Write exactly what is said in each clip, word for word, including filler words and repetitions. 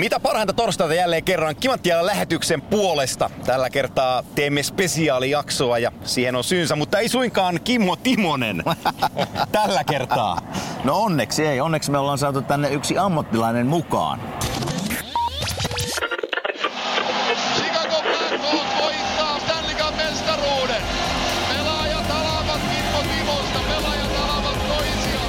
Mitä parhainta torstaita jälleen kerran Kimanttia lähetyksen puolesta. Tällä kertaa teemme spesiaalijaksoa ja siihen on syynsä, mutta ei suinkaan Kimmo Timonen tällä kertaa. No onneksi ei. Onneksi me ollaan saatu tänne yksi ammattilainen mukaan. Chicago Blackhawks voittaa Stanley Cup -mestaruuden. Pelaajat alavat Kimmo Timosta, pelaajat alavat toisiaan.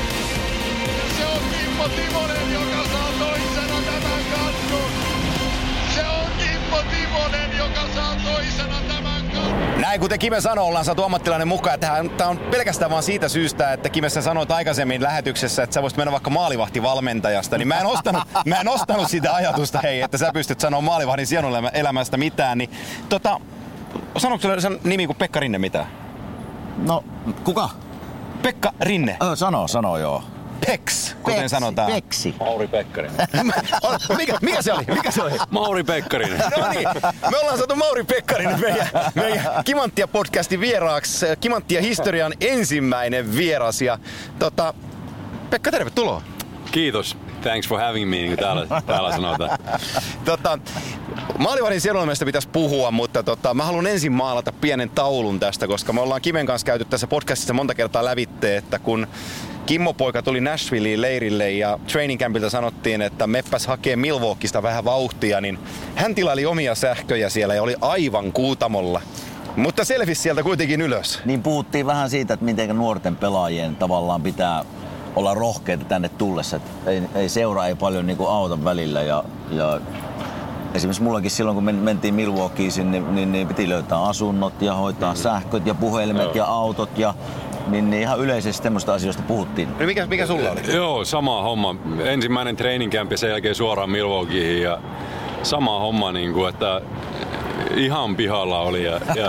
Se on Kimmo Timonen, joka saa toisena tämän kannun. Se on Kimmo Timonen, joka saa toisena tämän kannun. Näin kuten Kime sanoi, ollaan saatu ammattilainen mukaan. Tämä on pelkästään vaan siitä syystä, että Kime sä sanoit aikaisemmin lähetyksessä, että sä voisit mennä vaikka maalivahtivalmentajasta. Niin mä en ostanut, mä en ostanut sitä ajatusta, hei, että sä pystyt sanoa maalivahdin sielun elämästä mitään. Niin, tota, sanoiko sulle sen nimi kuin Pekka Rinne mitään? No, kuka? Pekka Rinne. Ö, sano, sano joo. Peks, kuten Peksi, sanotaan. Peksi. Mauri Pekkarinen. mikä, mikä se oli? Mikä se oli? Mauri Pekkarinen. No niin, me ollaan saatu Mauri Pekkarinen meidän, meidän Kimanttia-podcastin vieraaksi. Kimanttia-historian ensimmäinen vieras. Ja, tota, Pekka, tervetuloa. Kiitos. Thanks for having me, niin kuin täällä, täällä sanotaan. Tota, maalivahdin sielunelämästä pitäisi puhua, mutta tota, mä haluan ensin maalata pienen taulun tästä, koska me ollaan Kiven kanssa käyty tässä podcastissa monta kertaa lävitte, että kun Kimmo-poika tuli Nashvilleen leirille ja training campilta sanottiin, että meppäs hakee Milwaukeesta vähän vauhtia, niin hän tilaili omia sähköjä siellä ja oli aivan kuutamolla. Mutta selvisi sieltä kuitenkin ylös. Niin puhuttiin vähän siitä, että miten nuorten pelaajien tavallaan pitää olla rohkeita tänne tullessa. Että ei, ei seura ei paljon niin kuin auta välillä ja, ja esimerkiksi mullakin silloin, kun mentiin Milwaukeein, niin, niin, niin piti löytää asunnot ja hoitaa mm. sähköt ja puhelimet no. ja autot ja niin, niin ihan yleisesti tämmöistä asioista puhuttiin. No mikä, mikä sulla oli? Joo, sama homma. Ensimmäinen training camp ja sen jälkeen suoraan Milwaukeeihin ja sama homma, niin kuin, että ihan pihalla oli. Ja, ja,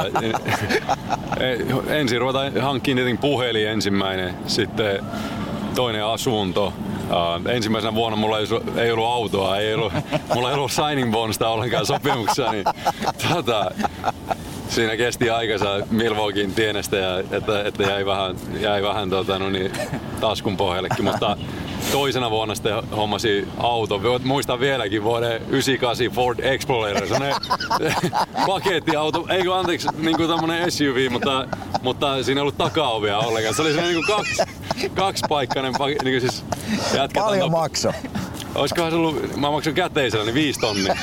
ensin ruvetaan hankkiin tietenkin puhelin ensimmäinen, sitten toinen asunto. Uh, ensimmäisenä vuonna mulla ei, ei ollut autoa, ei ollut, mulla ei ollut signing bonsta ollenkaan sopimuksessa, niin tota, siinä kesti aikansa Milwaukeein tienestä, ja, että, että jäi vähän, jäi vähän tota, no niin, taskun pohjallekin, mutta toisena vuonna sitten hommasi auto. Muistan vieläkin vuoden yhdeksänkymmentäkahdeksan Ford Explorer, sellainen pakettiauto, ei kun anteeksi, niin kuin tämmönen S U V, mutta, mutta siinä ei ollut takaovia ollenkaan. Se oli sellainen niin kuin kaksi, kaksipaikkainen paketti, niin kuin siis paljon makso? Olisikohan se ollut, mä maksan käteisellä, niin viisi tonnia.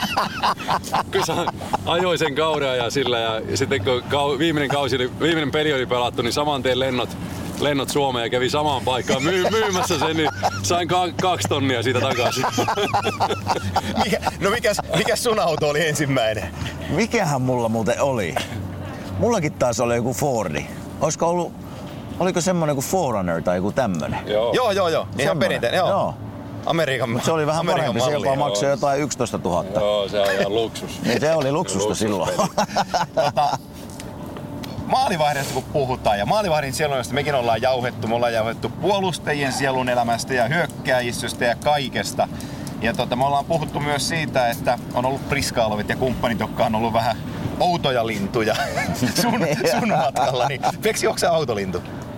Kun sä ajoin sen kauden ja sillä ja sitten kun kau, viimeinen, kausi, viimeinen peli oli pelattu, niin saman tien lennot, lennot Suomeen ja kävi samaan paikkaan myy, myymässä sen, niin sain ka, kaksi tonnia siitä takaisin. Mikä, no mikäs, mikäs sun auto oli ensimmäinen? Mikähän mulla muuten oli? Mullakin taas oli joku Fordi. Olisiko ollut, oliko semmonen kuin four runner tai joku tämmönen? Joo, joo, joo. joo. Ihan perinteinen, joo. joo. Amerikan Mut se oli vähän Amerikan parempi, malli. se jopa maksoi jotain yksitoista tuhatta. Joo, se on ihan luksus. Niin se oli luksusta luksus silloin. tota, maalivahdista kun puhutaan ja maalivahdin sielunelämästä mekin ollaan jauhettu. Me ollaan jauhettu puolustajien sielunelämästä ja hyökkääjistöstä ja kaikesta. Ja tota, me ollaan puhuttu myös siitä, että on ollut Priskaalovit ja kumppanit, jotka on ollut vähän outoja lintuja sun, sun matkalla. Niin, Peksi, onko se autolintu?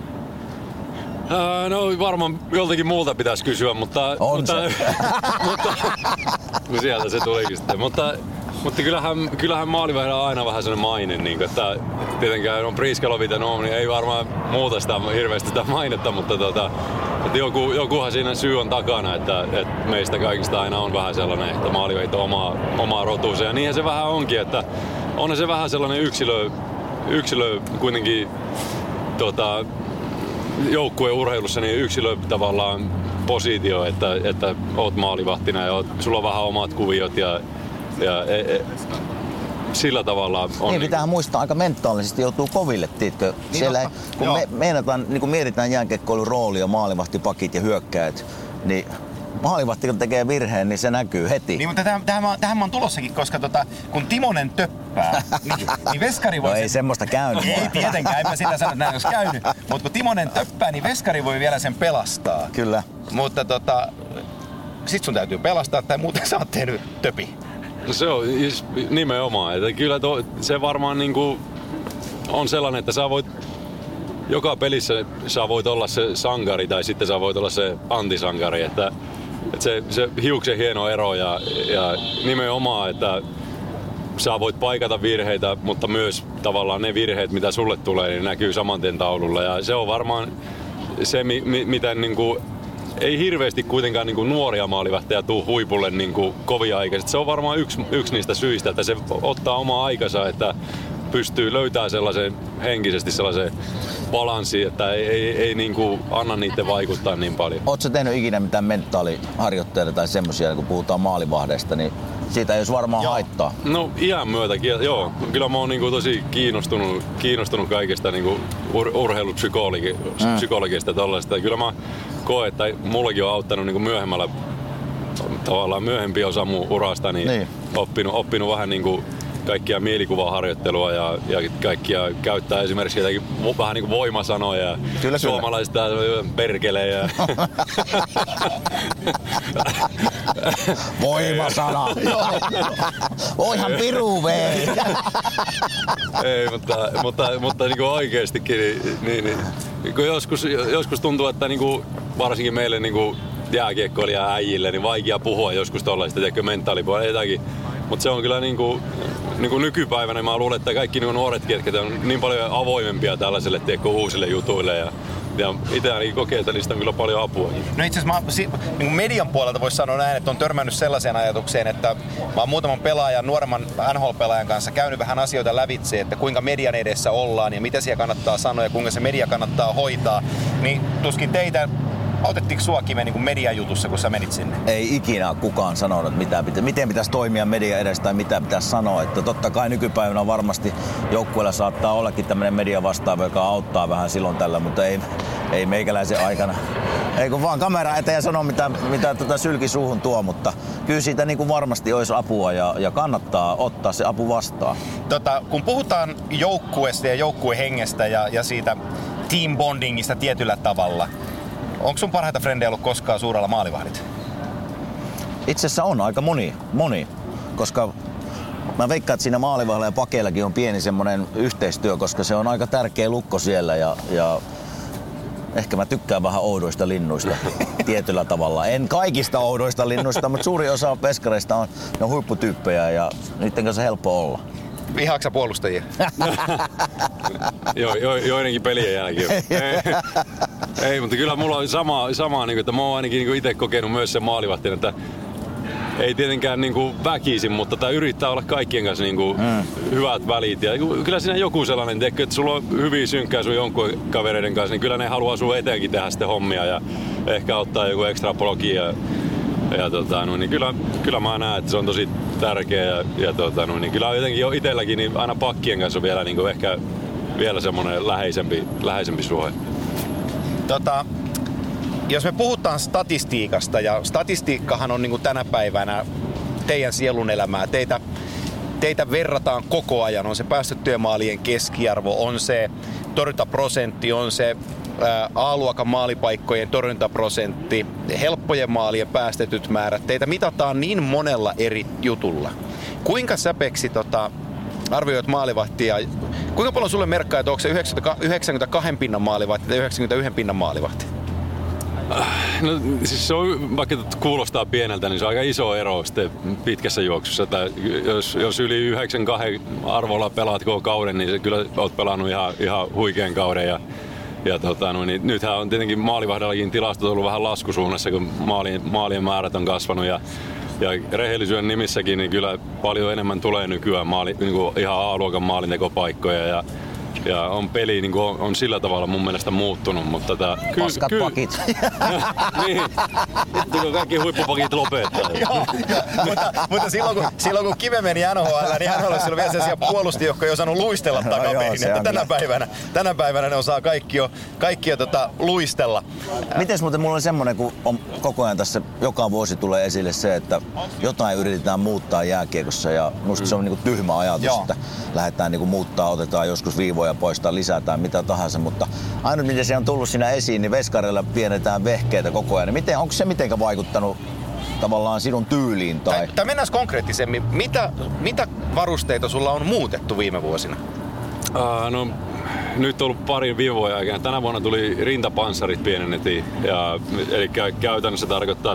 Uh, no varmaan joltakin muulta pitäisi kysyä, mutta, on mutta, mutta kun sieltä se tulikin sitten. Mutta, mutta kyllähän, kyllähän maalivahdilla on aina vähän sellainen maine, niin kuin, että tietenkään on Priskalovit ja no, niin ei varmaan muuta sitä hirveästi sitä mainetta, mutta tota, että joku, jokuhan siinä syy on takana, että, että meistä kaikista aina on vähän sellainen, että maalivahdit on omaa, omaa rotuunsa ja niinhän se vähän onkin, että on se vähän sellainen yksilö, yksilö kuitenkin tota, joukkueurheilussa niin yksilö tavallaan positio, että, että oot maalivahtina ja oot, sulla on vähän omat kuviot ja, ja e, e, sillä tavalla on. Niin pitää muistaa, aika mentaalisesti joutuu koville, tiedätkö? Siellä ei, kun me, meinataan, niin kun mietitään jääkiekkoilun roolia, maalivahtipakit ja hyökkäät, niin maalivahti kun tekee virheen, niin se näkyy heti. Niin, mutta tähän, tähän, tähän mä oon tulossakin, koska tota, kun Timonen töppää, niin, niin veskari voi... No sen... ei semmoista käynyt. Ei tietenkään, en mä sitä sano, että näin olisi käynyt. Mutta kun Timonen töppää, niin veskari voi vielä sen pelastaa. Kyllä. Mutta tota, sit sun täytyy pelastaa, tai muuten sä oot tehnyt töpi. No se on nimenomaan. Että kyllä to, se varmaan niinku on sellainen, että sä voit joka pelissä sä voit olla se sankari tai sitten sä voit olla se antisankari. Että että se, se hiuksen hieno ero ja, ja nimenomaan, että sä voit paikata virheitä, mutta myös tavallaan ne virheet, mitä sulle tulee, niin näkyy saman tien taululla. Ja se on varmaan se, mi, mi, miten niinku, ei hirveästi kuitenkaan niinku nuoria maalivahteja tuu huipulle niinku kovia aikaisesti. Se on varmaan yksi, yksi niistä syistä, että se ottaa omaa aikansa, että pystyy löytämään sellaisen henkisesti sellaisen balanssin, että ei, ei, ei niinku anna niiden vaikuttaa niin paljon. Ootko sä tehnyt ikinä mitään mentaaliharjoitteita tai semmosia, kun puhutaan maalivahdeista, niin siitä ei olisi varmaan joo. haittaa. No iän myötäkin, joo. Kyllä mä oon niinku tosi kiinnostunut, kiinnostunut kaikesta niinku ur, urheilupsykologiasta mm. tollaista. Kyllä mä koen, että mullakin on auttanut niinku myöhemmällä, tavallaan myöhempi osa mun urasta, niin, niin. Oppinut, oppinut vähän niinku kaikkia mielikuvaharjoittelua ja, ja kaikkia käyttää esimerkiksi jotakin vähän niin kuin voimasanoja ja kyllä, suomalaista perkelejä. Voimasana. Voihan piru vei. Ei, mutta, mutta, mutta niin kuin oikeastikin niin, niin, niin, kun joskus, joskus tuntuu, että niin kuin, varsinkin meille niin kuin jääkiekkoilija äijille niin vaikea puhua joskus tollaista, tiedätkö, mentaalipuolella jotakin. Mutta se on kyllä niinku, niinku nykypäivänä, mä luulen, että kaikki niinku nuoretkin, että on niin paljon avoimempia tällaiselle tiedätkö, uusille jutuille. Ja, ja itse ainakin kokee, että niistä on kyllä paljon apua. No itse asiassa niin median puolelta voisi sanoa näin, että on törmännyt sellaiseen ajatukseen, että mä oon muutaman pelaajan, nuoremman N H L-pelaajan kanssa käynyt vähän asioita lävitse, että kuinka median edessä ollaan ja mitä siellä kannattaa sanoa ja kuinka se media kannattaa hoitaa. Niin tuskin teitä autettiinko sua Kime niin kuin mediajutussa, kun sä menit sinne? Ei ikinä kukaan sanonut, mitä pitä, miten pitäisi toimia media edessä tai mitä pitäisi sanoa. Että totta kai nykypäivänä varmasti joukkueella saattaa ollakin tämmöinen media vastaava, joka auttaa vähän silloin tällä, mutta ei, ei meikäläisen aikana. Ei kun vaan kamera eteen ja sano, mitä, mitä tota sylki suuhun tuo, mutta kyllä siitä niin kuin varmasti olisi apua ja, ja kannattaa ottaa se apu vastaan. Tota, kun puhutaan joukkueesta ja joukkuehengestä ja, ja siitä team bondingista tietyllä tavalla, onko sun parhaita frendejä ollut koskaan Suurella maalivahdit? Itse asiassa on aika moni, moni, koska mä veikkaan, että siinä maalivahdilla ja pakeillakin on pieni semmoinen yhteistyö, koska se on aika tärkeä lukko siellä ja, ja ehkä mä tykkään vähän oudoista linnuista tietyllä tavalla. En kaikista oudoista linnuista, mutta suuri osa peskareista on, ne on huipputyyppejä ja niiden kanssa helppo olla. Vihaatko puolustajia? jo, jo, joidenkin pelien jälkeen. ei, ei, mutta kyllä mulla on sama, sama niin kuin, että mä oon ainakin niin itse kokenut myös sen maalivahtin, että ei tietenkään niin kuin väkisin, mutta tämä yrittää olla kaikkien kanssa niin kuin mm. hyvät välit. Ja kyllä siinä joku sellainen, tiedätkö, että sulla on hyviä synkkää sun jonkun kavereiden kanssa, niin kyllä ne haluaa sun eteenkin tehdä sitten hommia ja ehkä ottaa joku ekstra blogi. Ja, ja tota, no, niin kyllä, kyllä mä näen, että se on tosi tärkeä. Ja, ja tota, no, niin kyllä jotenkin jo itselläkin niin aina pakkien kanssa on vielä niin kuin ehkä vielä semmoinen läheisempi, läheisempi suhe. Tota, jos me puhutaan statistiikasta, ja statistiikkahan on niin kuin tänä päivänä teidän sielun elämää, teitä, teitä verrataan koko ajan, on se päästettyjen maalien keskiarvo, on se torjuntaprosentti, on se ää, A-luokan maalipaikkojen torjuntaprosentti, helppojen maalien päästetyt määrät, teitä mitataan niin monella eri jutulla. Kuinka sä, Peksi, tota, arvioit maalivahtia, kuinka paljon sulle merkkaa, että onko se yhdeksänkymmentäkaksi pinnan maalivahti tai yhdeksänkymmentäyksi pinnan maalivahti? No siis se on, vaikka kuulostaa pieneltä, niin se on aika iso ero sitten pitkässä juoksussa. Että jos, jos yli yhdeksänkymmentäkaksi arvolla pelaat koko kauden, niin se kyllä oot pelannut ihan, ihan huikean kauden. Ja, ja tota, no, niin nythän on tietenkin maalivahdellakin tilastot ollut vähän laskusuunnassa, kun maalien, maalien määrät on kasvanut. Ja, ja rehellisyyden nimissäkin niin kyllä paljon enemmän tulee nykyään maali, niin kuin ihan A-luokan maalintekopaikkoja. Ja, Ja on peli niin on, on sillä tavalla mun mielestä muuttunut, mutta tää... Ky, Paskat ky, pakit. niin, kun kaikki huippupakit lopettaa. Joo, mutta, mutta silloin, kun, silloin kun Kive meni N H L, niin N H L oli vielä sellaisia puolustajia, jotka ei osannut luistella takaperin. No, että tänä päivänä, tänä päivänä ne osaa kaikki jo, kaikki jo tota, luistella. Mites muuten mulla oli semmonen, kun on koko ajan tässä joka vuosi tulee esille se, että jotain yritetään muuttaa jääkiekossa ja musta mm. se on niinku tyhmä ajatus, Joo. että lähdetään niinku muuttaa, otetaan joskus viivoja poistaa, lisätään mitä tahansa, mutta ainut miten se on tullut siinä esiin, niin veskareilla pienetään vehkeitä koko ajan. Miten, onko se mitenkään vaikuttanut tavallaan sinun tyyliin? Tai, tai, tai mennään konkreettisemmin. Mitä, mitä varusteita sulla on muutettu viime vuosina? Uh, no, nyt on ollut pari viime vuoden aikana. Tänä vuonna tuli rintapanssarit pienennettiin. Ja, eli käytännössä tarkoittaa, että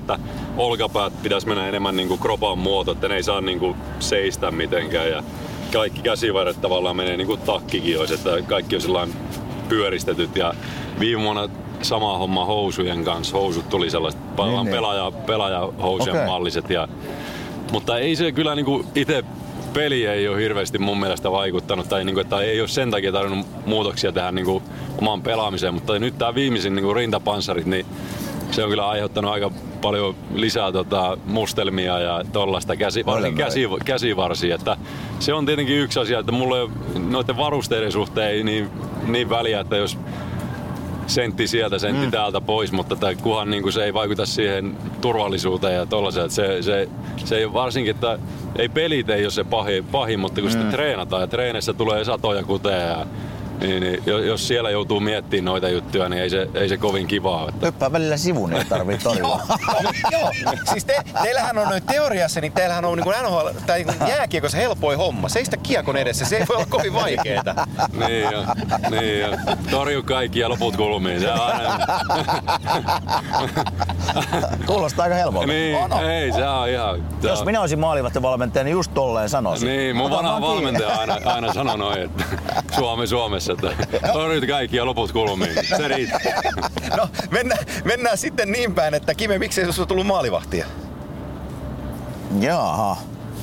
olkapäät pitäisi mennä enemmän niinku kropan muoto, että ne ei saa niinku seistä mitenkään ja kaikki käsivarret tavallaan menee niinku takkikin olisi, että kaikki on sellainen pyöristetyt ja viime vuonna sama homma housujen kanssa. Housut tuli sellaiset niin, pelaaja, pelaajahousujen okay. malliset. Ja, mutta ei se kyllä niinku itse peli ei ole hirveästi mun mielestä vaikuttanut. Tai, niinku, että ei ole sen takia tarvinnut muutoksia tähän niinku, omaan pelaamiseen. Mutta nyt tää viimeisin niinku, rintapanssarit, niin se on kyllä aiheuttanut aika paljon lisää tota, mustelmia ja tollaista käsi, varsinkin käsi, käsivarsia. Että se on tietenkin yksi asia, että mulla ei ole noiden varusteiden suhteen ei niin, niin väliä, että jos sentti sieltä, sentti mm. täältä pois, mutta tai kunhan niin se ei vaikuta siihen turvallisuuteen ja tollaiseen. Se, se, se ei varsinkin, että ei pelit ei ole se pahin, pahin mutta kun mm. sitä treenataan ja treeneissä tulee satoja kuteja. Niin, niin, jos siellä joutuu miettimään noita juttuja, niin ei se, ei se kovin kivaa. Että... Hyppää välillä sivuun, niin tarvii torjua. Joo, siis te, teillähän on noin teoriassa, niin teillähän on niin N H L tai jääkiekossa helpoin homma. Seistä kiekon edessä, se ei voi olla kovin vaikeeta. niin jo, niin jo. Torju kaikki ja loput kulmiin. Se aina... Kuulostaa aika helpolta. Niin, oh, no. ei se on ihan... Jos minä olisin maalivahtivalmentaja, niin just tolleen sanoisin. Niin, mun vanha valmentaja aina, aina sanoi noin, että Suomi Suomessa. Torjut kaikki ja loput kulmiin. Se riittää. No, mennään, mennään sitten niin päin, että Kime, miksei sinusta tullut maalivahtia? Jaha.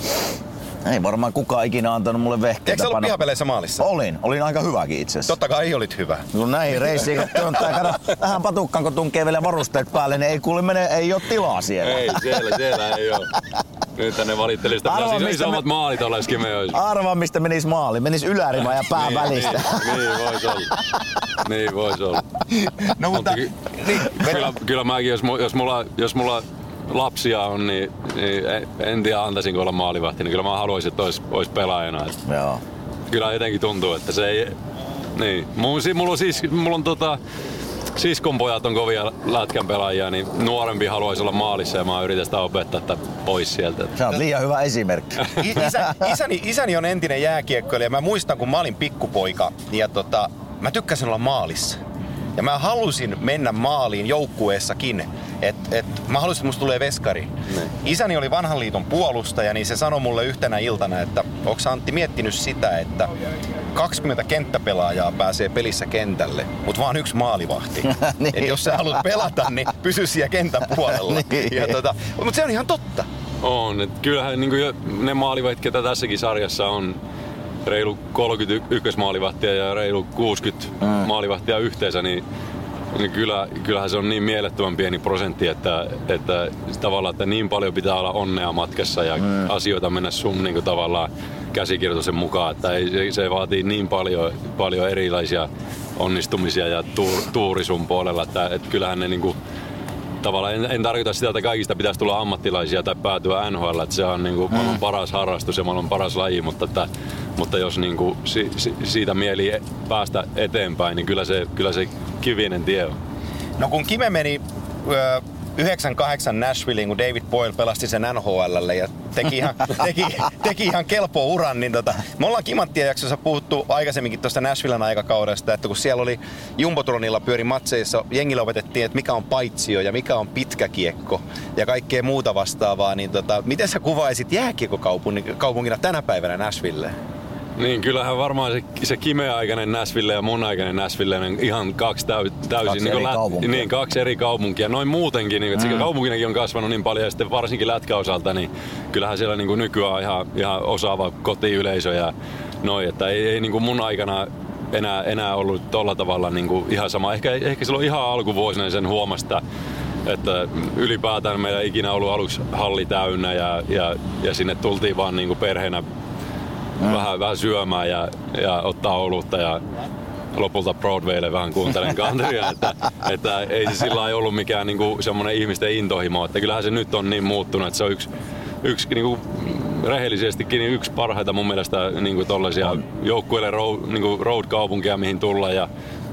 Ei varmaan kukaan ikinä antanut mulle vehkeitä. Eikö sä ollut pihapeleissä maalissa? Olin. Olin aika hyväkin itse asiassa. Totta kai olit hyvä. Kun näihin reissiin, kun työntää, kato, tähän patukkaan, kun tunkee vielä varusteet päälle, niin ei kuule mene, ei oo tilaa siellä. Ei, siellä, siellä ei oo. Nyt ne valitteli sitä, mitä siis isommat me... maalit olis Kime olisi. Arvaa, mistä menis maali. Menis ylärima ja pää niin, välistä. Niin, niin vois olla. Niin vois olla. No mutta... ky- niin, kyllä, kyllä mäkin, jos, jos, mulla, jos mulla lapsia on, niin, niin en tiedä antaisinko olla maalivahti. Niin kyllä mä haluaisin, että olisi, olisi pelaajana. Joo. Kyllä jotenkin tuntuu, että se ei... Niin. Mulla, mulla on siis... Mulla on tota... Siskon pojat on kovia lätkän pelaajia, niin nuorempi haluaisi olla maalissa ja mä yritän sitä opettaa että pois sieltä. Sä oot liian hyvä esimerkki. Isä, isäni, isäni on entinen jääkiekkoilija. Mä muistan, kun mä olin pikkupoika ja tota, mä tykkäsin olla maalissa. Ja mä halusin mennä maaliin joukkueessakin. Et, et, mä halusin, että musta tulee veskari. Ne. Isäni oli vanhan liiton puolustaja, niin se sanoi mulle yhtenä iltana, että onko Antti miettinyt sitä, että kaksikymmentä kenttäpelaajaa pääsee pelissä kentälle, mutta vaan yksi maalivahti. niin. Et jos sä haluat pelata, niin pysy siellä kentän puolella. niin. ja tota, mutta se on ihan totta. On. Et kyllähän niin kuin ne maalivahtit, ketä tässäkin sarjassa on, reilu kolmekymmentä maalivahtia ja reilu kuusikymmentä mm. maalivahtia yhteensä, niin, niin kyllä, kyllähän se on niin mielettömän pieni prosentti, että, että tavallaan että niin paljon pitää olla onnea matkassa ja mm. asioita mennä sun niin kuin tavallaan käsikirjoituksen mukaan, että ei, se, se vaatii niin paljon, paljon erilaisia onnistumisia ja tuur, tuuri sun puolella, että, että kyllähän ne niin kuin, tavallaan en, en tarkoita sitä, että kaikista pitäisi tulla ammattilaisia tai päätyä N H L, että se on niin kuin maailman paras harrastus ja maailman paras laji, mutta, että, mutta jos niin kuin si, si, siitä mieli päästä eteenpäin, niin kyllä se, kyllä se kivinen tie on. No kun Kime meni Öö, yhdeksänkymmentäkahdeksan Nashvilleen, kun David Boyle pelasti sen N H L:lle ja teki ihan, teki, teki ihan kelpo uran, niin tota, me ollaan Kimanttien jaksossa puhuttu aikaisemminkin tuosta Nashvillen aikakaudesta, että kun siellä oli Jumbotronilla pyöri matseissa, jengillä opetettiin, että mikä on paitsio ja mikä on pitkä kiekko ja kaikkea muuta vastaavaa, niin tota, miten sä kuvaisit jääkiekkokaupungina tänä päivänä Nashvilleen? Niin, kyllähän varmaan se, se Kime-aikainen Nashville ja mun aikainen Nashville on ihan kaksi täy, täysin kaksi niin eri lät, kaupunkia. Niin, kaksi eri kaupunkia. Noin muutenkin, niin, että mm. se kaupunkinakin on kasvanut niin paljon ja sitten varsinkin lätkäosalta, niin kyllähän siellä niin kuin nykyään on ihan, ihan osaava kotiyleisö ja noin, että ei, ei niin kuin mun aikana enää, enää ollut tolla tavalla niin kuin ihan sama. Ehkä, ehkä silloin ihan alkuvuosina sen huomasta, että ylipäätään meillä ei ikinä ollut aluksi halli täynnä ja, ja, ja sinne tultiin vaan niin kuin perheenä Mm. Vähän, vähän syömään ja, ja ottaa olutta ja lopulta Broadwaylle vähän kuuntelen countrya, että, että ei se sillä lailla ollut mikään niinku semmoinen ihmisten intohimo, että kyllähän se nyt on niin muuttunut, että se on yksi, yksi niinku, rehellisestikin niin yksi parhaita mun mielestä niinku tollaisia joukkueille road, niinku road-kaupunkia mihin tulla ja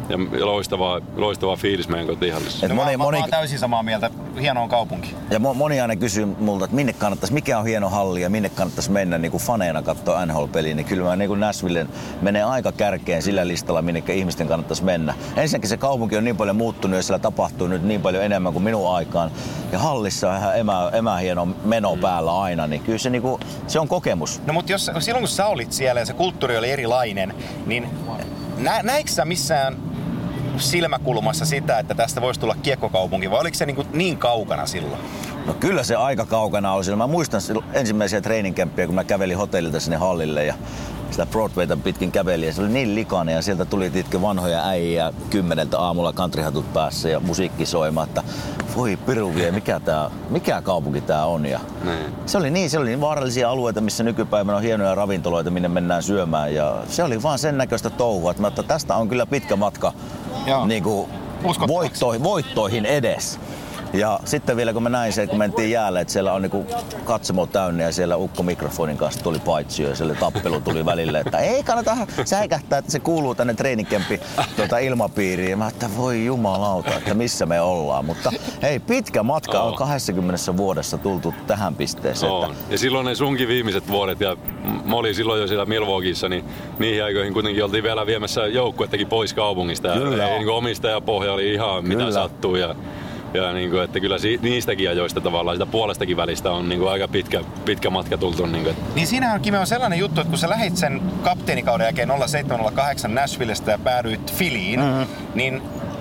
ja loistava, loistava fiilis meidän kotihallissa. No, moni, mä, moni... mä oon täysin samaa mieltä. Hieno on kaupunki. Ja moni aina kysyy multa, että minne kannattaisi, mikä on hieno halli ja minne kannattaisi mennä niin kuin faneena katsoa N H L-peliä. Niin kyllä mä niin kuin Nashville menee aika kärkeen sillä listalla, minne ihmisten kannattaisi mennä. Ensinnäkin se kaupunki on niin paljon muuttunut ja siellä tapahtuu nyt niin paljon enemmän kuin minun aikaan. Ja hallissa on ihan emä, emähieno meno päällä aina, niin kyllä se, niin kuin, se on kokemus. No mutta jos, silloin kun sä olit siellä ja se kulttuuri oli erilainen, niin nä, näikö sä missään silmäkulmassa sitä, että tästä voisi tulla kiekkokaupunki, vai oliko se niin, niin kaukana silloin? No kyllä se aika kaukana oli. Mä muistan ensimmäisiä treeninkämppiä, kun mä kävelin hotellilta sinne hallille ja sitä Broadwayta pitkin käveli ja se oli niin likainen ja sieltä tuli tietenkin vanhoja äijä kymmeneltä aamulla countryhatut päässä ja musiikki soimaan, että voi piru vie, mikä, tää, mikä kaupunki tää on. Ja se oli niin, se oli niin vaarallisia alueita, missä nykypäivänä on hienoja ravintoloita, minne mennään syömään ja se oli vaan sen näköistä touhua, että, mä, että tästä on kyllä pitkä matka niin kuin voittoihin, voittoihin edes. Ja sitten vielä kun mä näin sen, kun mentiin jäälle, että siellä on niinku katsomo täynnä ja siellä ukko mikrofonin kanssa tuli paitsio ja siellä tappelu tuli välille, että ei kannata säikähtää, että se kuuluu tänne treenikempi tuota ilmapiiriin. Ja mä että voi jumalauta, että missä me ollaan. Mutta hei, pitkä matka on kaksikymmentä vuodessa tultu tähän pisteeseen. On. Että... Ja silloin ne sunkin viimeiset vuodet ja mä olin silloin jo siellä Milwaukeeissa, niin niihin aikoihin kuitenkin oltiin vielä viemässä joukkuettakin pois kaupungista. Kyllä. Ja niin omistajapohja oli ihan Kyllä. mitä sattuu. Ja... Ja niin kuin, että kyllä niistäkin ajoista tavallaan, sitä puolestakin välistä on niin kuin aika pitkä, pitkä matka tultu. Niin, kuin. Niin siinähän Kime on sellainen juttu, että kun sä lähit sen kapteenikauden jälkeen nolla seitsemän nolla kahdeksan Nashvillestä ja päädyit Phillyyn, mm-hmm. niin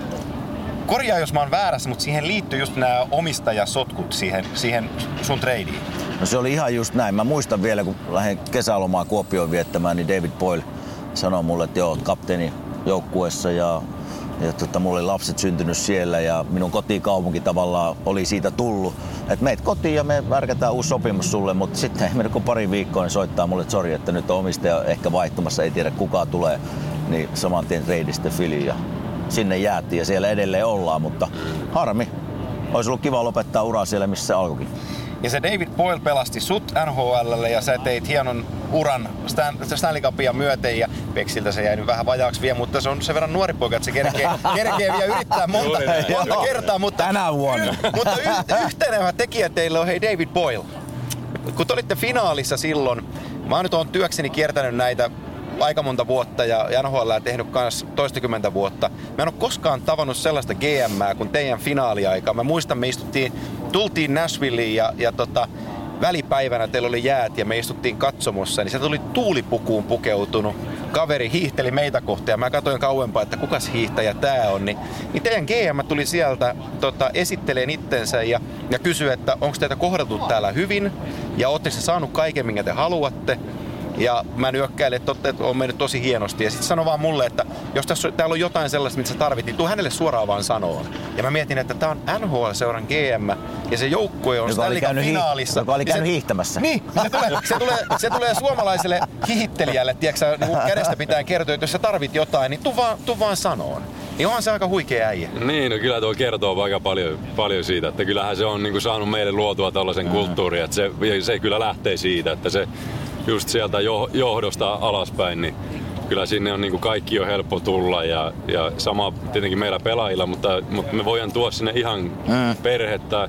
korjaa jos mä oon väärässä, mutta siihen liittyy just nämä omistajasotkut siihen, siihen sun treidiin. No se oli ihan just näin. Mä muistan vielä, kun lähdin kesälomaa Kuopioon viettämään, niin David Boyle sanoi mulle, että joo, kapteeni joukkueessa ja Ja tota, mulla oli lapset syntynyt siellä ja minun kotikaupunki tavallaan oli siitä tullut. Et meet kotiin ja me värkätään uusi sopimus sulle, mutta sitten ei mene kuin pari viikkoa, niin soittaa mulle, että sori, että nyt on omistaja ehkä vaihtumassa, ei tiedä kuka tulee. Niin saman tien treidistä Philly ja sinne jäätiin ja siellä edelleen ollaan, mutta harmi. Olisi ollut kiva lopettaa uraa siellä, missä se alkoikin. Ja se David Boyle pelasti sut N H L:lle ja sä teit hienon uran Stan- Stanley Cupia myöten ja Peksiltä se jäi nyt vähän vajaaksi vielä, mutta se on sen verran nuori poika, että se kerkee, kerkee vielä yrittää monta, monta kertaa. Mutta, tänä vuonna. Mutta y- yhtenevä tekijä teillä on hei David Boyle. Kun te olitte finaalissa silloin, mä nyt oon työkseni kiertänyt näitä aika monta vuotta ja N H L tehnyt kans toistakymmentä vuotta. Mä en oo koskaan tavannut sellaista G M:ää kuin teidän finaaliaikaa. Mä muistan, me istuttiin, tultiin Nashvilleen ja, ja tota, välipäivänä teillä oli jäät ja me istuttiin katsomossa, niin sieltä tuli tuulipukuun pukeutunut kaveri, hiihteli meitä kohti ja mä katsoin kauempaa, että kukas hiihtäjä tää on. Niin, niin teidän G M tuli sieltä tota, esitteleen itsensä ja, ja kysyi, että onko teitä kohdattu täällä hyvin ja ootteko saanut kaiken, minkä te haluatte. Ja mä nyökkäilin, että on mennyt tosi hienosti. Ja sitten sano vaan mulle, että jos tässä, täällä on jotain sellaista, mitä sä tarvit, niin tuu hänelle suoraan vaan sanoa. Ja mä mietin, että tää on N H L-seuran G M ja se joukkue on Stanley Cup finaalissa. Joka oli käynyt se, hiihtämässä. Niin, se tulee, se tulee, se tulee suomalaiselle hihittelijälle, tiedätkö, niin kädestä pitää kertoa, että jos sä tarvit jotain, niin tuu vaan, tuu vaan sanoon. Niin onhan se aika huikea äijä. Niin, no kyllä tuo kertoo aika paljon, paljon siitä, että kyllähän se on niin kuin saanut meille luotua tällaisen mm. kulttuurin, että se, se kyllä lähtee siitä, että se just sieltä johdosta alaspäin, niin kyllä sinne on niin kuin kaikki on helppo tulla ja, ja sama tietenkin meillä pelaajilla, mutta, mutta me voidaan tuoda sinne ihan mm. perhettä,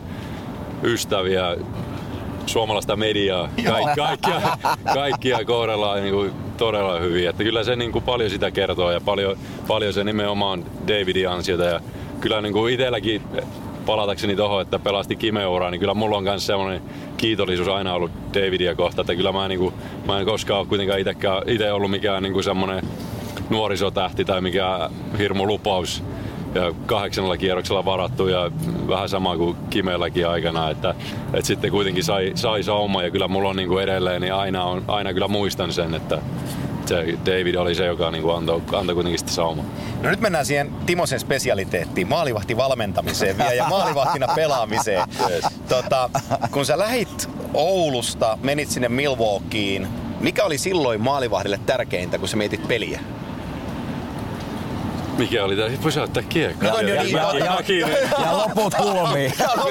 ystäviä, suomalaista mediaa, Kaik, kaikkia, kaikkia kohdellaan niin kuin todella hyvin. Että kyllä se niin kuin paljon sitä kertoo ja paljon, paljon se nimenomaan Davidin ansiota ja kyllä niin kuin itselläkin palatakseni tohon, että pelasti Kime-uraa, niin kyllä mulla on myös semmoinen kiitollisuus aina ollut Davidia kohtaan, että kyllä mä, niinku, mä en koskaan ole kuitenkaan itse ollut mikään niinku semmoinen nuorisotähti tai mikään hirmu lupaus ja kahdeksannella kierroksella varattu ja vähän sama kuin Kimeelläkin aikana, että, että sitten kuitenkin sai, sai sauma ja kyllä mulla on niinku edelleen, niin aina, on, aina kyllä muistan sen, että se David oli se, joka niinku antoi, antoi kuitenkin sitä saumaa. No nyt mennään siihen Timosen spesialiteettiin, maalivahtivalmentamiseen vielä ja maalivahtina pelaamiseen. Yes. Tota, kun sä lähit Oulusta, menit sinne Milwaukeeen, mikä oli silloin maalivahdille tärkeintä, kun sä mietit peliä? mikä oli tää? Pysäyttää kiekko. Ja, ja, ja, ja, ja, ja loput kulmiin.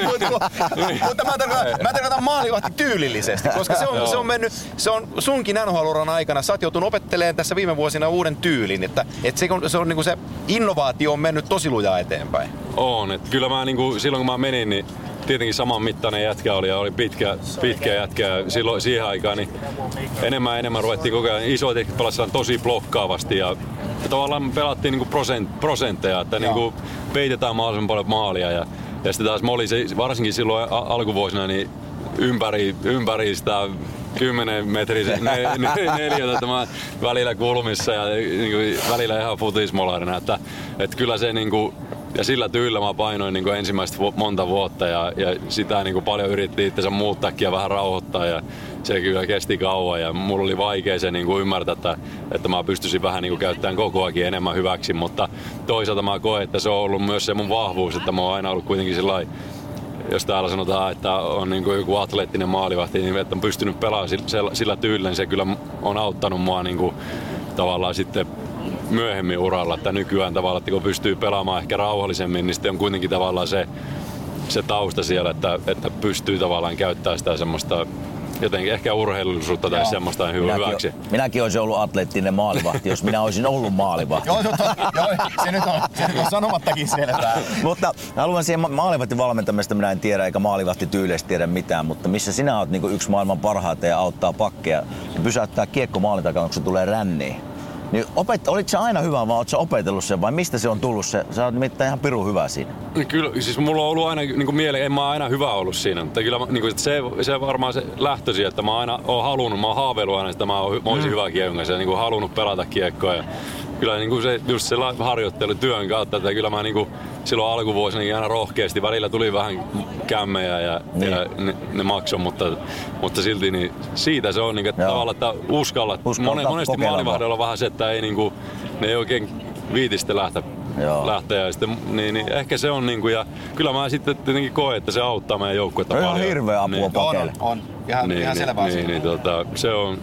Mutta mä tarkoitan, mä tarkoitan maalivahti tyylillisesti, koska se on, se on mennyt, se on sunkin N H L-uran aikana, sä oot joutunut opettelemaan tässä viime vuosina uuden tyylin, että, että se, se, on, niin kuin se innovaatio on mennyt tosi lujaa eteenpäin. On, että kyllä mä niin kuin, silloin kun mä menin, niin tietenkin saman mittainen jätkä oli ja oli pitkä, pitkä jätkä ja silloin siihen aikaan niin enemmän ja enemmän ruvettiin koko ajan, isoit jätkät pelasivat tosi blokkaavasti ja, ja tavallaan pelattiin niinku prosent, prosentteja, että niinku peitetään mahdollisimman paljon maalia ja, ja sitten taas mä olin se, varsinkin silloin alkuvuosina niin ympäri, ympäri sitä kymmenen metriä ne, ne, neliötä, että mä välillä kulmissa ja niinku, välillä ihan futismolarina, että, että kyllä se niinku ja sillä tyylillä mä painoin niin kuin ensimmäistä monta vuotta ja, ja sitä niin kuin paljon yritti itsensä muuttaakin ja vähän rauhoittaa ja se kyllä kesti kauan ja mulla oli vaikea se niin kuin ymmärtää, että, että mä pystyisin vähän niin kuin käyttämään kokoakin enemmän hyväksi, mutta toisaalta mä koen, että se on ollut myös se mun vahvuus, että mä oon aina ollut kuitenkin sillai, jos täällä sanotaan, että on niin kuin joku atleettinen maalivahti, niin että on pystynyt pelaamaan sillä, sillä tyylillä, niin se kyllä on auttanut mua niin kuin, tavallaan sitten myöhemmin uralla, että nykyään tavallaan, että kun pystyy pelaamaan ehkä rauhallisemmin, niin sitten on kuitenkin tavallaan se, se tausta siellä, että, että pystyy tavallaan käyttämään sitä semmoista jotenkin ehkä urheilullisuutta tai semmoista hyvä, minäkin, hyväksi. Minäkin olisin ollut atleettinen maalivahti, jos minä olisin ollut maalivahti. Joo, joo, se nyt on, se nyt on sanomattakin selvää. Mutta haluan siihen maalivahtin valmentamista, minä en tiedä, eikä maalivahti tyyleistä tiedä mitään, mutta missä sinä olet niin yksi maailman parhaita ja auttaa pakkeja ja pysäyttää kiekko maalin takana, kun se tulee ränniin. Niin opet, olit sä aina hyvä vai oot sä opetellut sen vai mistä se on tullut se? Sä oot nimittäin ihan pirun hyvä siinä. Kyllä, siis mulla on ollut aina niin kuin mieleen, en mä aina hyvä ollut siinä, mutta kyllä niin kuin, se, se varmaan se lähtösi, että mä aina oon halunnut, mä oon haaveillut aina, että mä, oon, mä olisin mm. hyvä kiekon kanssa ja niin kuin halunnut pelata kiekkoa. Ja kyllä niin kuin se, just se harjoittelutyön kautta, että kyllä mä niin kuin, silloin alkuvuosina aina rohkeasti, välillä tuli vähän kämmejä ja, niin. ja ne, ne maksoi, mutta, mutta silti niin siitä se on, niin, että tavallaan, että uskallat. Monen, monesti maalivahdella on vähän se, että ei, niin kuin, ne ei oikein viitistä lähteä. lähteä ja sitten, niin, niin, ehkä se on niinku, ja kyllä mä sitten tietenkin koen, että se auttaa meidän joukkuetta paljon. On ihan hirveä apua niin. pakeille. On, on. Ihan, niin, ihan selvä asia. Niin, niin, tota, se, on,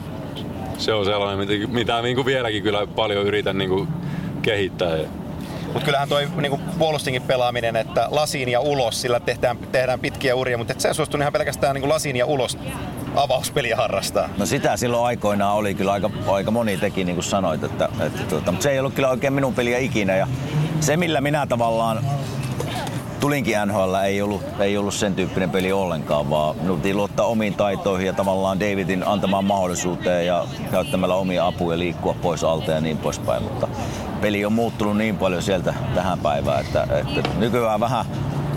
se on sellainen, mitä, mitä niinku vieläkin kyllä paljon yritän niinku kehittää. Mutta kyllähän toi niinku puolustingin pelaaminen, että lasiin ja ulos, sillä tehdään, tehdään pitkiä uria, mutta et sä suostun ihan pelkästään niinku lasiin ja ulos avauspeliä harrastaa. No sitä silloin aikoinaan oli kyllä aika, aika moni teki, niin kuin sanoit, että, että, että, mutta se ei ollut kyllä oikein minun peliä ikinä. Ja se millä minä tavallaan tulinkin N H L, ei ollut, ei ollut sen tyyppinen peli ollenkaan, vaan minultiin luottaa omiin taitoihin ja tavallaan Davidin antamaan mahdollisuuteen ja käyttämällä omia apuja liikkua pois alta ja niin poispäin. Mutta peli on muuttunut niin paljon sieltä tähän päivään, että, että nykyään vähän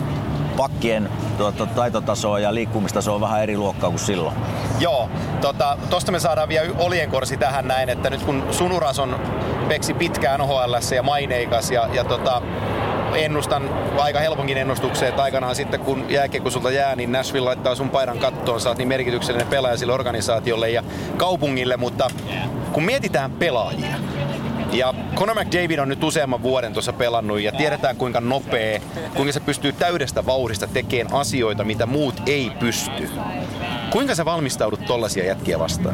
pakkien tuota, taitotasoa ja liikkumistasoa on vähän eri luokkaa kuin silloin. Joo, tota, tosta me saadaan vielä oljenkorsi tähän näin, että nyt kun sun uras on Peksi pitkään N H L:ssä ja maineikas ja, ja tota, ennustan aika helponkin ennustukseen, että aikanaan sitten kun jääkiekko sulta jää, niin Nashville laittaa sun paidan kattoon, sä oot niin merkityksellinen pelaaja sille organisaatiolle ja kaupungille, mutta kun mietitään pelaajia, ja Connor McDavid on nyt useamman vuoden tuossa pelannut ja tiedetään kuinka nopea, kuinka se pystyy täydestä vauhdista tekemään asioita, mitä muut ei pysty. Kuinka sä valmistaudut tollaisia jätkiä vastaan?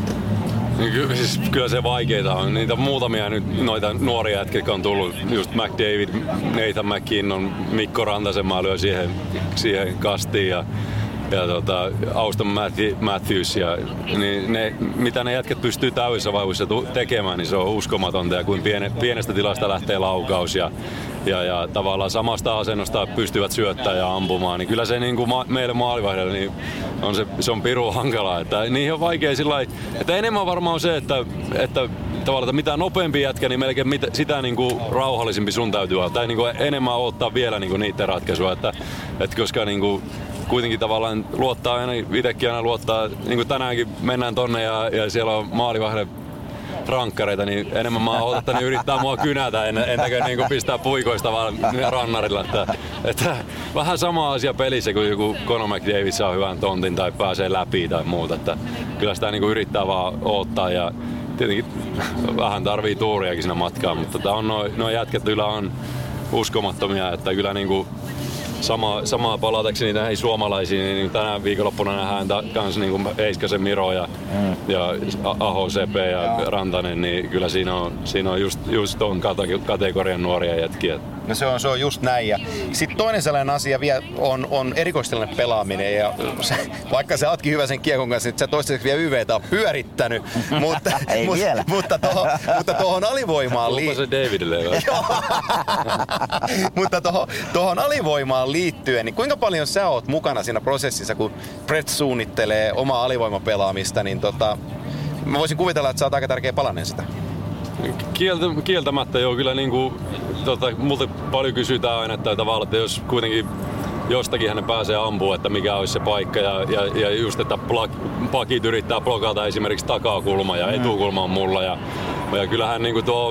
Ky- siis kyllä se vaikeita on. Niitä muutamia nyt noita nuoria jätkiä, jotka on tullut. Just McDavid, Nathan McKinnon, Mikko Rantasen mä lyön siihen, siihen kastiin ja, ja tota, Auston Matthews. Ja, niin ne, mitä ne jätkät pystyy täydessä vaivuissa tekemään, niin se on uskomatonta. Ja kuin piene, pienestä tilasta lähtee laukaus ja, ja, ja tavallaan samasta asennosta pystyvät syöttämään ja ampumaan, niin kyllä se niin kuin ma- meille maalivahdelle niin on se, se on pirun hankalaa. Että niihin on vaikea sillä lailla, että enemmän varmaan on se, että, että tavallaan että mitä nopeampi jätkä, niin melkein mitä, sitä niin kuin rauhallisempi sun täytyy olla. Tai niin kuin enemmän odottaa vielä niin kuin niiden ratkaisua, että, että koska niin kuin kuitenkin tavallaan luottaa aina, itsekin aina luottaa, niin kuin tänäänkin mennään tonne ja, ja siellä on maalivahdelle rankkareita, niin enemmän mä oon odottanut yrittää mua kynätä ennen, ennen kuin niin pistää puikoista vaan rannarilla. Että, että vähän sama asia pelissä, kun joku Connor McDavid saa hyvän tontin tai pääsee läpi tai muuta. Että kyllä sitä niin yrittää vaan odottaa ja tietenkin vähän tarvii tuuriakin siinä matkaan, mutta tota on noi, noi jätkät kyllä on uskomattomia, että kyllä niin kuin sama, samaa palatakseni näihin suomalaisiin, niin tänä viikonloppuna nähdään kans niin kuin Heiskasen Miro ja, mm. ja Aho Sepe ja, ja Rantanen, niin kyllä siinä on, siinä on just, just ton kategorian nuoria jätkiä. No se on, se on just näin. Ja sitten toinen sellainen asia vielä on, on erikoistilanne pelaaminen. Ja se, vaikka sä ootkin hyvä sen kiekon kanssa, niin sä toistaiseksi vielä Y V:tä on pyörittänyt. mutta, Ei mut, vielä. mutta, tohon, mutta tohon alivoimaan liittyen. se Davidille mutta tohon, tohon alivoimaan liittyen, niin kuinka paljon sä oot mukana siinä prosessissa, kun Brett suunnittelee omaa alivoimapelaamista, niin tota, mä voisin kuvitella, että sä oot aika tärkeä palanen sitä. Kieltä, kieltämättä joo, kyllä niinku, tota, multa paljon kysytään aina, että tavallaan, että jos kuitenkin jostakin hänen pääsee ampumaan, että mikä olisi se paikka ja, ja, ja just, että plak, pakit yrittää blokata esimerkiksi takakulma ja etukulma on mulla ja, ja kyllähän niinku tuo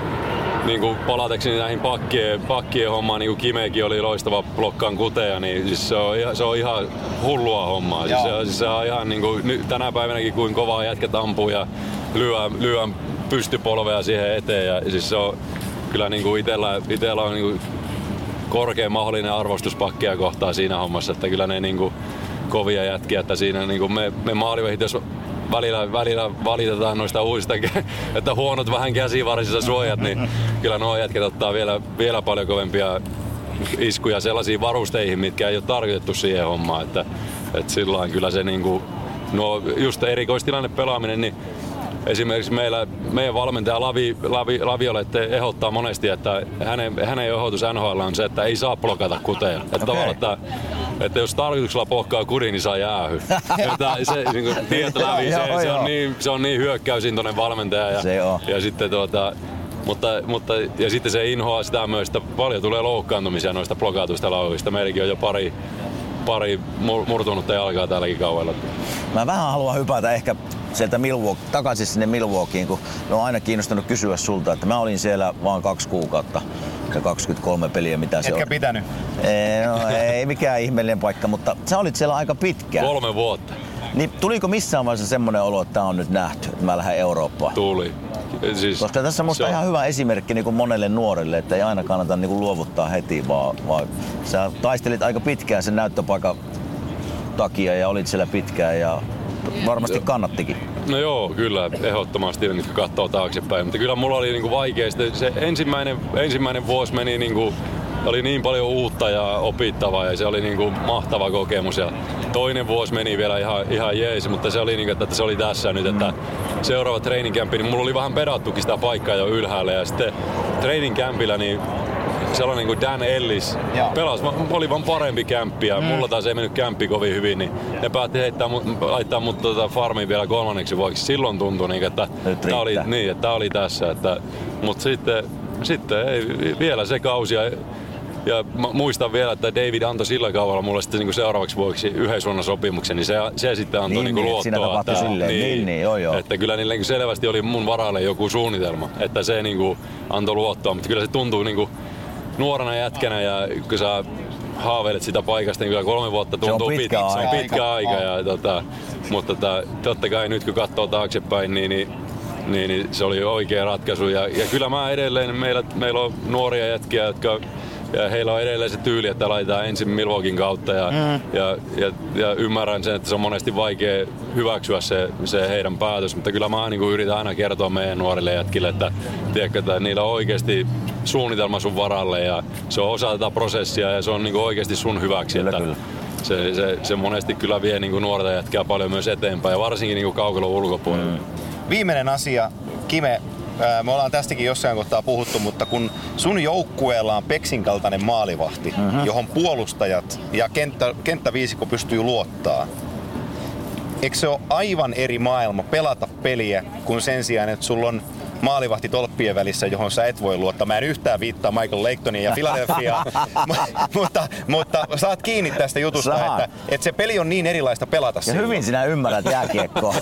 niinku palatekseni näihin pakkien, pakkien hommaan, niinku Kimekin oli loistava blokkaan kuteja, niin siis se, on, se on ihan hullua hommaa. Siis se, siis se on ihan niinku, tänä päivänäkin kuin kovaa jätkät ampuu ja lyö, lyö pystypolvea siihen eteen ja siis se on kyllä niinku itellä, itellä on niinku korkein mahdollinen arvostus pakkia kohtaan siinä hommassa, että kyllä ne niinku kovia jätkiä, että siinä niinku me, me maalivehit, jos välillä, välillä valitetaan noista uusista, että huonot vähän käsivarsissa suojat, niin kyllä nuo jätkät ottaa vielä, vielä paljon kovempia iskuja sellaisiin varusteihin, mitkä ei ole tarkoitettu siihen hommaan, että, että sillain kyllä se niinku, no just erikoistilanne pelaaminen, niin esimerkiksi meillä, meidän valmentaja Lavi, Lavi, Laviolette ehdottaa monesti, että hänen, hänen ehdotus N H L on se, että ei saa blokata kuteja. Että okay. tavallaan, että, että jos tarkoituksella blokkaa kudin, niin saa jäähy. että se, niin kuin tiedät, Lavi, se, se, on niin, se on niin hyökkäysintoinen valmentaja. Ja, se on. ja sitten tuota, mutta, mutta, ja sitten se inhoaa sitä myös, että paljon tulee loukkaantumisia noista blokatuista lauhista. Meilläkin on jo pari, pari murtunutta jalkaa tälläkin kaudella. Mä vähän haluan hypätä ehkä sieltä Milwaukee, takaisin sinne Milwaukeeen, kun ne on aina kiinnostanut kysyä sulta, että mä olin siellä vaan kaksi kuukautta ja kaksikymmentäkolme peliä, mitä se Etkä on. Etkä pitänyt? Ei, no, ei mikään ihmeellinen paikka, mutta sä olit siellä aika pitkään. Kolme vuotta. Niin tuliko missään vaiheessa semmoinen olo, että tää on nyt nähty, että mä lähden Eurooppaan? Tuli. Siis, Koska tässä on musta ihan hyvä esimerkki niin kuin monelle nuorelle, että ei aina kannata niin kuin luovuttaa heti, vaan, vaan sä taistelit aika pitkään sen näyttöpaikan takia ja olit siellä pitkään ja varmasti kannattikin. No joo, kyllä, ehdottomasti nyt kun katsoo taaksepäin. Mutta kyllä mulla oli niinku vaikea. Se ensimmäinen, ensimmäinen vuosi meni niinku, oli niin paljon uutta ja opittavaa ja se oli niinku mahtava kokemus. Ja toinen vuosi meni vielä ihan, ihan jees, mutta se oli, niinku, että se oli tässä nyt, että seuraava training camp, niin mulla oli vähän pedattukin sitä paikkaa jo ylhäällä ja sitten training campillä niin sellainen kuin Dan Ellis pelasi, oli vaan parempi kämppi ja mm. mulla taas ei mennyt kämppi kovin hyvin, niin ne päätti heittää mut, laittaa mut tuota farmiin vielä kolmanneksi vuoksi. Silloin tuntui, niin, että tää oli, niin, että tää oli tässä, että, mutta sitten, sitten ei, vielä se kausi. Ja, ja muistan vielä, että David antoi sillä kaudella mulle sitten niin seuraavaksi vuoksi yhden suunnan sopimuksen, niin se, se sitten antoi niin, niin, luottoa. Että, silleen, niin, niin, niin, joo, joo. Että kyllä niillä selvästi oli mun varalle joku suunnitelma, että se niin kuin antoi luottoa, mutta kyllä se tuntuu niin kuin nuorena jätkänä ja kun sä haaveilet sitä paikasta, niin kyllä kolme vuotta tuntuu pitkä, pitkä, se on pitkä aika. aika ja, tota, mutta tota, totta kai nyt kun katsoo taaksepäin, niin, niin, niin, niin se oli oikea ratkaisu. Ja, ja kyllä mä edelleen, meillä, meillä on nuoria jätkiä, jotka ja heillä on edelleen se tyyli, että laitetaan ensin Milwaukeein kautta ja, mm. ja, ja, ja ymmärrän sen, että se on monesti vaikea hyväksyä se, se heidän päätös, mutta kyllä mä niin kuin yritän aina kertoa meidän nuorille jätkille, että, tiedätkö, että niillä on oikeasti suunnitelma sun varalle ja se on osa tätä prosessia ja se on niin kuin oikeasti sun hyväksi. Kyllä, että kyllä. Se, se, se monesti kyllä vie niin kuin nuorta jätkää paljon myös eteenpäin ja varsinkin niin kuin kaukalon ulkopuolella. Mm. Viimeinen asia, Kime. Me ollaan tästäkin jossain kohtaa puhuttu, mutta kun sun joukkueella on Peksin kaltainen maalivahti, mm-hmm. johon puolustajat ja kenttä, kenttäviisikko pystyy luottaa, eikö se ole aivan eri maailma pelata peliä kuin sen sijaan, että sulla on maalivahti tolppien välissä, johon sä et voi luottaa. Mä en yhtään viittaa Michael Laytonin ja Philadelphiaa, mutta, mutta saat kiinni tästä jutusta, että, että se peli on niin erilaista pelata. Ja silloin. hyvin sinä ymmärrät jääkiekkoa.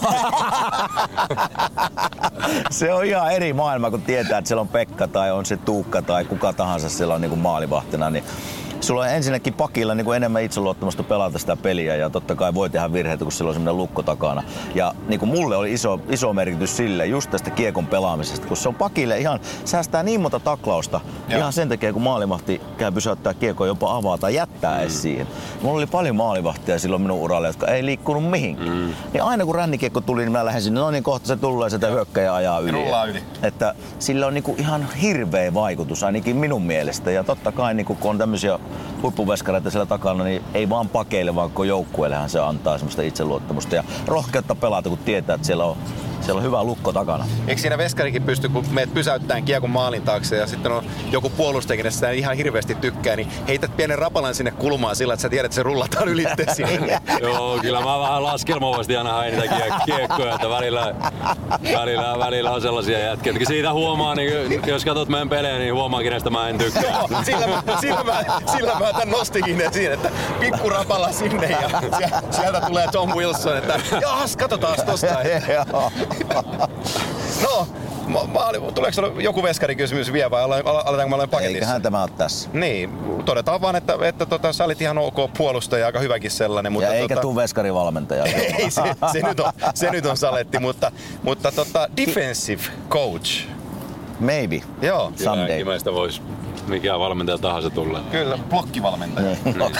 Se on ihan eri maailma, kun tietää, että siellä on Pekka tai on se Tuukka tai kuka tahansa siellä on niin kuin maalivahtina. Niin sulla on ensinnäkin pakilla niin kuin enemmän itseluottamusta pelata sitä peliä ja totta kai voi tehdä virheitä, kun sillä on semmoinen lukko takana. Ja niin kuin mulle oli iso, iso merkitys sille just tästä kiekon pelaamisesta, kun se on pakille ihan, säästää niin monta taklausta Joo. ihan sen takia, kun maalivahti käy pysäyttää kiekkoa, jopa avaa tai jättää mm. edes siihen. Mulla oli paljon maalivahtia silloin minun uralle, jotka ei liikkunut mihinkään. Mm. Niin aina kun rännikiekko tuli, niin mä lähdin sinne, no niin kohta se tulee, sitä hyökkäjä ajaa yli. yli. Että sillä on niinku ihan hirveä vaikutus, ainakin minun mielestä. Ja totta kai niinku, kun on tämmöisiä huippuveskareita siellä takana, niin ei vaan pakeille, vaan koko joukkueellehan se antaa semmoista itseluottamusta ja rohkeutta pelata, kun tietää, että siellä on, siellä on hyvä lukko takana. Eikö siinä veskarikin pysty, kun meet pysäyttämään kiekon maalin taakse ja sitten on joku puolustajakin, että sitä ihan hirveästi tykkää, niin heität pienen rapalan sinne kulmaan sillä, että sä tiedät, että se rullataan ylitteen sinne. Joo, kyllä mä vähän laskelmavasti aina hain niitä kiekkoja, että välillä, välillä, välillä on sellaisia jätkiä. Siitä huomaa, niin jos katsot meidän pelejä, niin huomaa, kenestä mä en tykkää. Joo, sillä mä, sillä mä, sillä mä tämän nostikin siinä, että pikku rapala sinne ja sieltä tulee Tom Wilson, että jaas, katsotaan tosta. No, maali, tuleeko joku veskarikysymys vielä vai aletaanko mä olen paketissa? Eiköhän tämä ole tässä. Niin, todetaan vaan, että, että tota, sä olit ihan ok puolustaja, aika hyväkin sellainen. Mutta ja eikä tota, tuu veskarivalmentaja. Ei, se, se, nyt on, se nyt on saletti, mutta, mutta tota, defensive coach. Maybe. Joo. Someday. Kimeistä voisi mikä valmentaja tahansa tulla. Kyllä, blokkivalmentaja.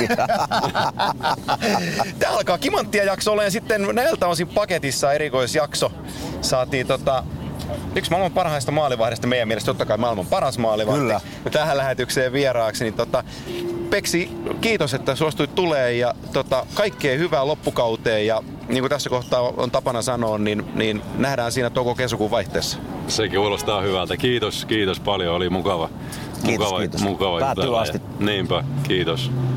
Tää alkaa kimanttia jakso olemaan sitten näiltä osin paketissa erikoisjakso. Saatiin tota, yksi maailman parhaista maalivahdista meidän mielestä, totta kai maailman paras maalivahti. Kyllä. Tähän lähetykseen vieraaksi. Niin tota, Peksi, kiitos, että suostuit tulee ja tota, kaikkea hyvää loppukauteen. Ja niin kuin tässä kohtaa on tapana sanoa, niin, niin nähdään siinä touko-kesäkuun vaihteessa. Se kuulostaa hyvältä. Kiitos, kiitos paljon. Oli mukava. Kiitos, mukava, kiitos. Mukava Päättyy asti. Niinpä, kiitos.